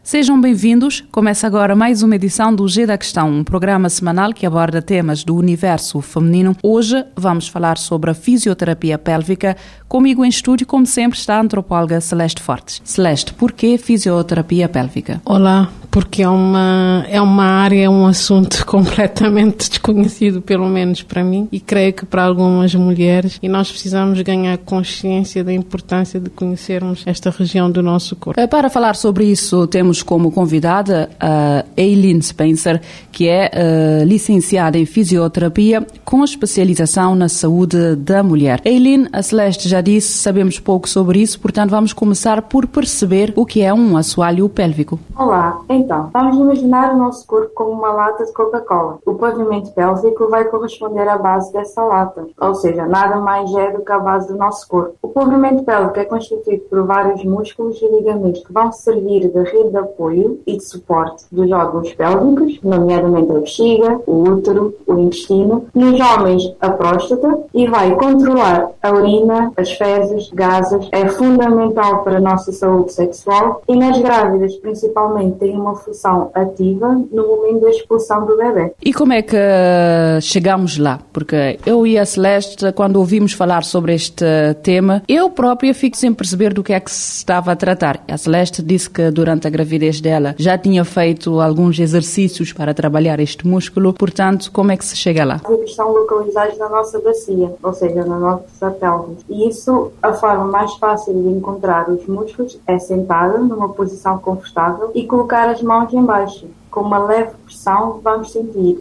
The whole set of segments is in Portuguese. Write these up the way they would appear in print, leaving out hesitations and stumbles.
Sejam bem-vindos. Começa agora mais uma edição do G da Questão, um programa semanal que aborda temas do universo feminino. Hoje vamos falar sobre a fisioterapia pélvica. Comigo em estúdio, como sempre, está a antropóloga Celeste Fortes. Celeste, por que fisioterapia pélvica? Olá, porque é uma área, é um assunto completamente desconhecido, pelo menos para mim, e creio que para algumas mulheres, e nós precisamos ganhar consciência da importância de conhecermos esta região do nosso corpo. Para falar sobre isso, temos como convidada a Eileen Spencer, que é licenciada em fisioterapia com especialização na saúde da mulher. Eileen, a Celeste já disse, sabemos pouco sobre isso, portanto vamos começar por perceber o que é um assoalho pélvico. Olá, então, vamos imaginar o nosso corpo como uma lata de Coca-Cola. O pavimento pélvico vai corresponder à base dessa lata, ou seja, nada mais é do que a base do nosso corpo. O pavimento pélvico é constituído por vários músculos e ligamentos que vão servir de rede de apoio e de suporte dos órgãos pélvicos, nomeadamente a bexiga, o útero, o intestino, nos homens a próstata, e vai controlar a urina, as fezes, gases. É fundamental para a nossa saúde sexual e nas grávidas principalmente tem uma função ativa no momento da expulsão do bebê. E como é que chegamos lá? Porque eu e a Celeste, quando ouvimos falar sobre este tema, eu própria fico sem perceber do que é que se estava a tratar. A Celeste disse que durante a gravidez dela já tinha feito alguns exercícios para trabalhar este músculo, portanto, como é que se chega lá? Eles estão localizados na nossa bacia, ou seja, na nossa pelvis. E isso, a forma mais fácil de encontrar os músculos é sentada numa posição confortável e colocar as mãos em baixo. Com uma leve pressão vamos sentir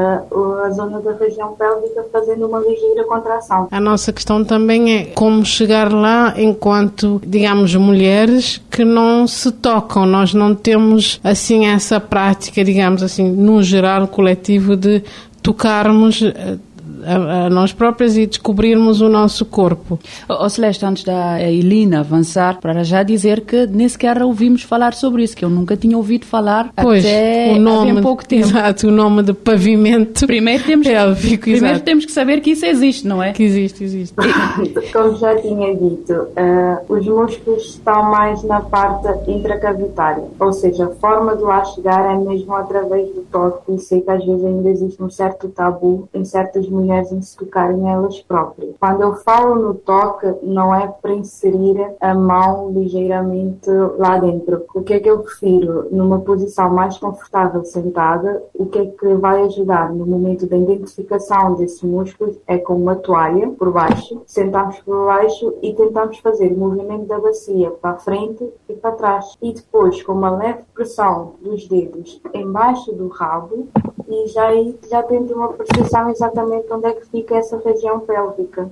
a zona da região pélvica fazendo uma ligeira contração. A nossa questão também é como chegar lá enquanto, digamos, mulheres que não se tocam. Nós não temos, assim, essa prática, digamos assim, no geral coletivo de tocarmos a nós próprias e descobrirmos o nosso corpo. Celeste, antes da Eileen avançar, para já dizer que nem sequer ouvimos falar sobre isso, que eu nunca tinha ouvido falar até há pouco tempo. Exato, o nome de pavimento pélvico. Primeiro temos que saber que isso existe, não é? Que existe. Como já tinha dito, os músculos estão mais na parte intracavitária, ou seja, a forma de lá chegar é mesmo através do toque, e sei que às vezes ainda existe um certo tabu em certas mulheres em se tocarem elas próprias. Quando eu falo no toque, não é para inserir a mão ligeiramente lá dentro. O que é que eu prefiro? Numa posição mais confortável sentada, o que é que vai ajudar no momento da identificação desses músculos é com uma toalha por baixo, sentamos por baixo e tentamos fazer o movimento da bacia para a frente e para trás. E depois, com uma leve pressão dos dedos embaixo do rabo, e já temos uma percepção exatamente onde é que fica essa região pélvica.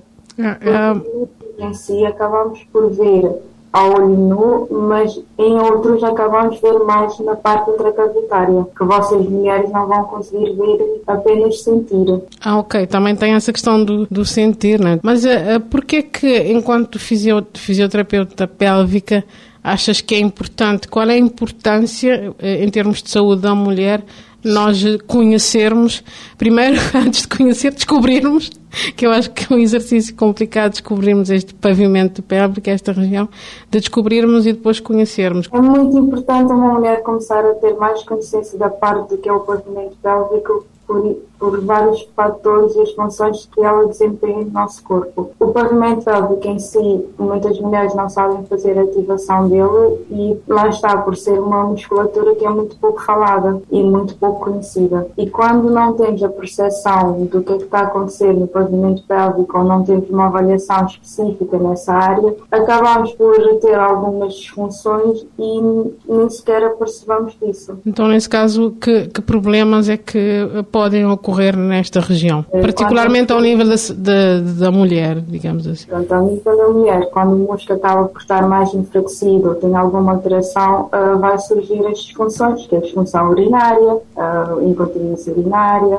Em si acabamos por ver a olho nu, mas em outros acabamos por ver mais na parte intracavitária, que vocês mulheres não vão conseguir ver, apenas sentir. Ok, também tem essa questão do sentir, né? Mas porquê que, enquanto fisioterapeuta pélvica, achas que é importante? Qual é a importância, em termos de saúde da mulher, nós conhecermos, primeiro, antes de conhecer, descobrirmos, que eu acho que é um exercício complicado, descobrirmos este pavimento pélvico, esta região, de descobrirmos e depois conhecermos. É muito importante uma mulher começar a ter mais consciência da parte do que é o pavimento pélvico, por vários fatores e as funções que ela desempenha no nosso corpo. O pavimento pélvico em si, muitas mulheres não sabem fazer a ativação dele, e lá está, por ser uma musculatura que é muito pouco falada e muito pouco conhecida. E quando não temos a percepção do que é que está a acontecer no pavimento pélvico, ou não temos uma avaliação específica nessa área, acabamos por ter algumas disfunções e nem sequer apercebamos disso. Então, nesse caso, que problemas é que podem ocorrer nesta região? Particularmente ao nível da mulher, digamos assim. Portanto, ao nível da mulher, quando o músculo acaba por estar mais enfraquecido ou tem alguma alteração, vai surgir as disfunções, que é a disfunção urinária, a incontinência urinária,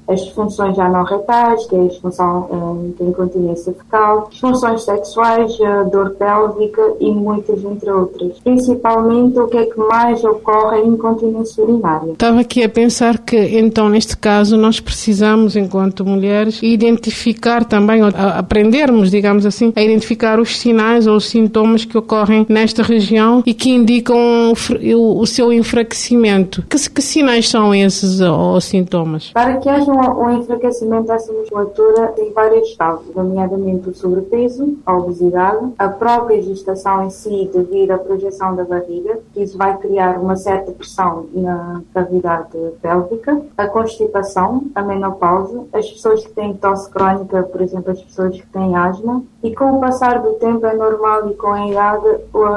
as disfunções anorretais, que é a disfunção da incontinência fecal, disfunções sexuais, dor pélvica e muitas entre outras. Principalmente o que é que mais ocorre é a incontinência urinária. Estava aqui a pensar que, então, neste caso, nós precisamos, enquanto mulheres, identificar também, ou aprendermos, digamos assim, a identificar os sinais ou os sintomas que ocorrem nesta região e que indicam o seu enfraquecimento. Que sinais são esses ou sintomas? Para que haja um enfraquecimento dessa musculatura, tem várias causas, nomeadamente o sobrepeso, a obesidade, a própria gestação em si devido à projeção da barriga, que isso vai criar uma certa pressão na cavidade pélvica, a constipação, a menopausa, as pessoas que têm tosse crónica, por exemplo, as pessoas que têm asma, e com o passar do tempo é normal e com a idade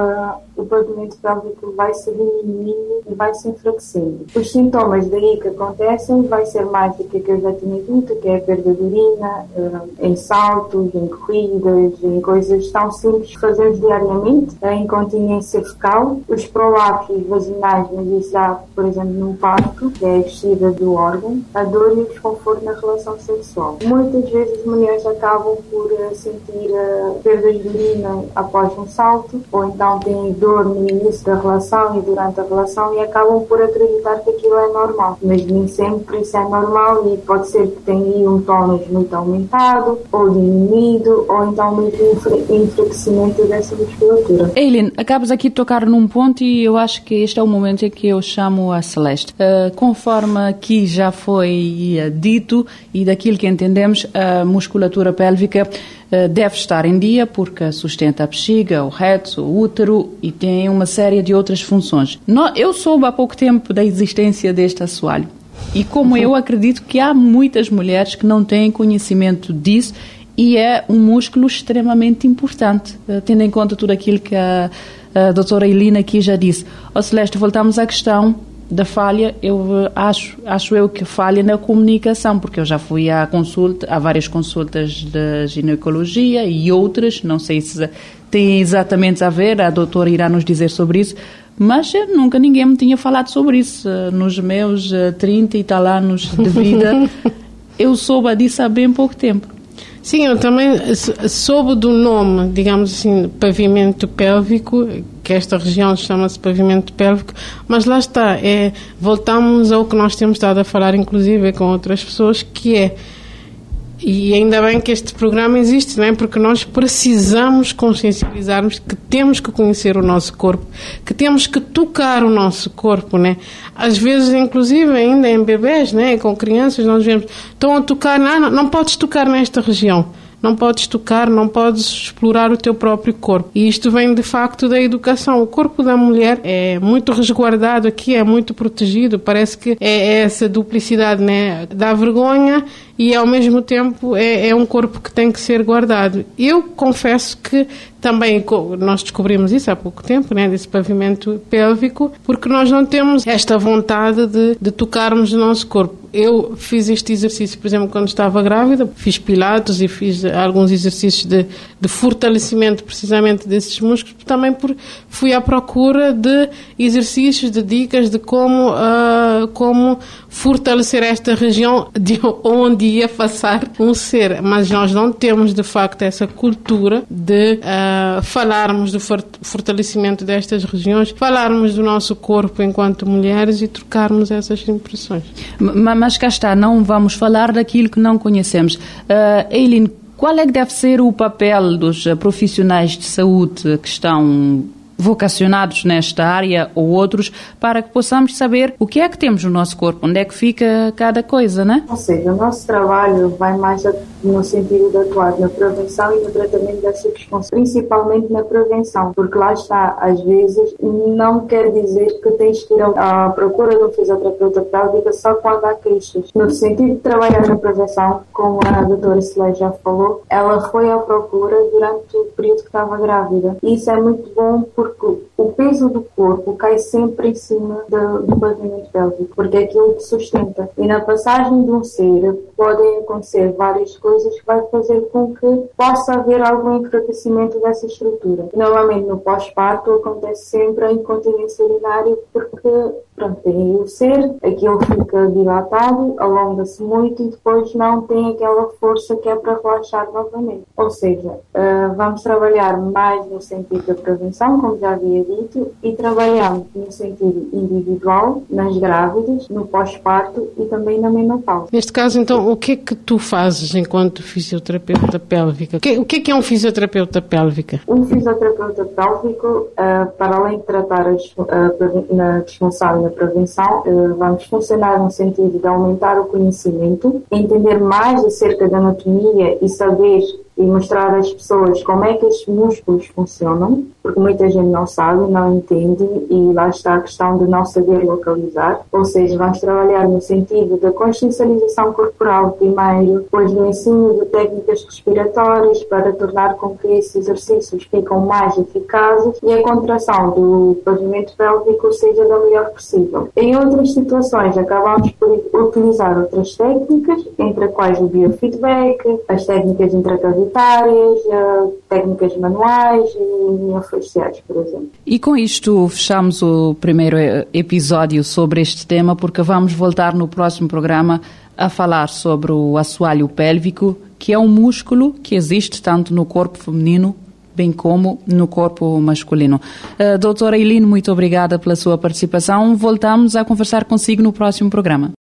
o pavimento pélvico vai se diminuindo e vai se enfraquecendo. Os sintomas daí que acontecem vai ser mais do que eu já tinha dito, que é a perda de urina, em saltos, em corridas, em coisas tão simples que fazemos diariamente, a incontinência fecal, os prolapsos vaginais, mas isso já, por exemplo, no parto, que é a descida do órgão, a dor e o desconforto na relação sexual. Muitas vezes as mulheres acabam por sentir perdas de urina após um salto, ou então têm dor no início da relação e durante a relação e acabam por acreditar que aquilo é normal. Mas nem sempre isso é normal e pode ser que tenha aí um tónus muito aumentado ou diminuído ou então muito enfraquecimento dessa musculatura. Eileen, acabas aqui de tocar num ponto e eu acho que este é o momento em que eu chamo a Celeste. Conforme aqui já foi dito e daquilo que entendemos, a musculatura pélvica deve estar em dia porque sustenta a bexiga, o reto, o útero e tem uma série de outras funções. Eu soube há pouco tempo da existência deste assoalho e como eu acredito que há muitas mulheres que não têm conhecimento disso e é um músculo extremamente importante, tendo em conta tudo aquilo que a doutora Eileen aqui já disse. Celeste, voltamos à questão da falha, eu acho eu que falha na comunicação, porque eu já fui a várias consultas de ginecologia e outras, não sei se tem exatamente a ver, a doutora irá nos dizer sobre isso, mas nunca ninguém me tinha falado sobre isso. Nos meus 30 e tal anos de vida, eu soube disso há bem pouco tempo. Sim, eu também soube do nome, digamos assim, pavimento pélvico, que esta região chama-se pavimento pélvico, mas lá está, voltamos ao que nós temos estado a falar, inclusive, com outras pessoas, que é, e ainda bem que este programa existe, não é? Porque nós precisamos consciencializarmos que temos que conhecer o nosso corpo, que temos que tocar o nosso corpo, né? Às vezes, inclusive, ainda em bebés, né? Com crianças, nós vemos, estão a tocar, não podes tocar nesta região. Não podes tocar, não podes explorar o teu próprio corpo. E isto vem, de facto, da educação. O corpo da mulher é muito resguardado aqui, é muito protegido. Parece que é essa duplicidade, né? Dá vergonha e, ao mesmo tempo, é um corpo que tem que ser guardado. Eu confesso que também nós descobrimos isso há pouco tempo, né? Desse pavimento pélvico, porque nós não temos esta vontade de tocarmos o nosso corpo. Eu fiz este exercício, por exemplo, quando estava grávida, fiz pilates e fiz alguns exercícios de fortalecimento precisamente desses músculos, também fui à procura de exercícios, de dicas de como fortalecer esta região de onde ia passar um ser. Mas nós não temos, de facto, essa cultura de falarmos do fortalecimento destas regiões, falarmos do nosso corpo enquanto mulheres e trocarmos essas impressões. Mas cá está, não vamos falar daquilo que não conhecemos. Eileen, qual é que deve ser o papel dos profissionais de saúde que estão vocacionados nesta área ou outros para que possamos saber o que é que temos no nosso corpo, onde é que fica cada coisa, né? Ou seja, o nosso trabalho vai mais no sentido de atuar na prevenção e no tratamento dessas disfunções, principalmente na prevenção, porque lá está, às vezes, não quer dizer que tens que ir à procura de um fisioterapeuta pélvico só quando há queixas. No sentido de trabalhar na prevenção, como a doutora Celeste já falou, ela foi à procura durante o período que estava grávida. E isso é muito bom porque o peso do corpo cai sempre em cima do pavimento pélvico, porque é aquilo que sustenta. E na passagem de um ser podem acontecer várias coisas que vai fazer com que possa haver algum enfraquecimento dessa estrutura. Normalmente no pós-parto acontece sempre a incontinência urinária porque pronto, tem o ser, aquilo fica dilatado, alonga-se muito e depois não tem aquela força que é para relaxar novamente. Ou seja, vamos trabalhar mais no sentido da prevenção, como já havia dito, e trabalhamos no sentido individual, nas grávidas, no pós-parto e também na menopausa. Neste caso, então, o que é que tu fazes enquanto fisioterapeuta pélvica? O que é um fisioterapeuta pélvica? Um fisioterapeuta pélvico, para além de tratar na disfunção e na prevenção, vamos funcionar no sentido de aumentar o conhecimento, entender mais acerca da anatomia e saber e mostrar às pessoas como é que estes músculos funcionam, porque muita gente não sabe, não entende, e lá está a questão de não saber localizar. Ou seja, vamos trabalhar no sentido da consciencialização corporal primeiro, depois do ensino de técnicas respiratórias para tornar com que esses exercícios ficam mais eficazes e a contração do pavimento pélvico seja da melhor possível. Em outras situações, acabamos por utilizar outras técnicas, entre as quais o biofeedback, as técnicas intracavitárias, técnicas manuais e miofasciais, por exemplo. E com isto fechamos o primeiro episódio sobre este tema, porque vamos voltar no próximo programa a falar sobre o assoalho pélvico, que é um músculo que existe tanto no corpo feminino bem como no corpo masculino. Doutora Eileen, muito obrigada pela sua participação. Voltamos a conversar consigo no próximo programa.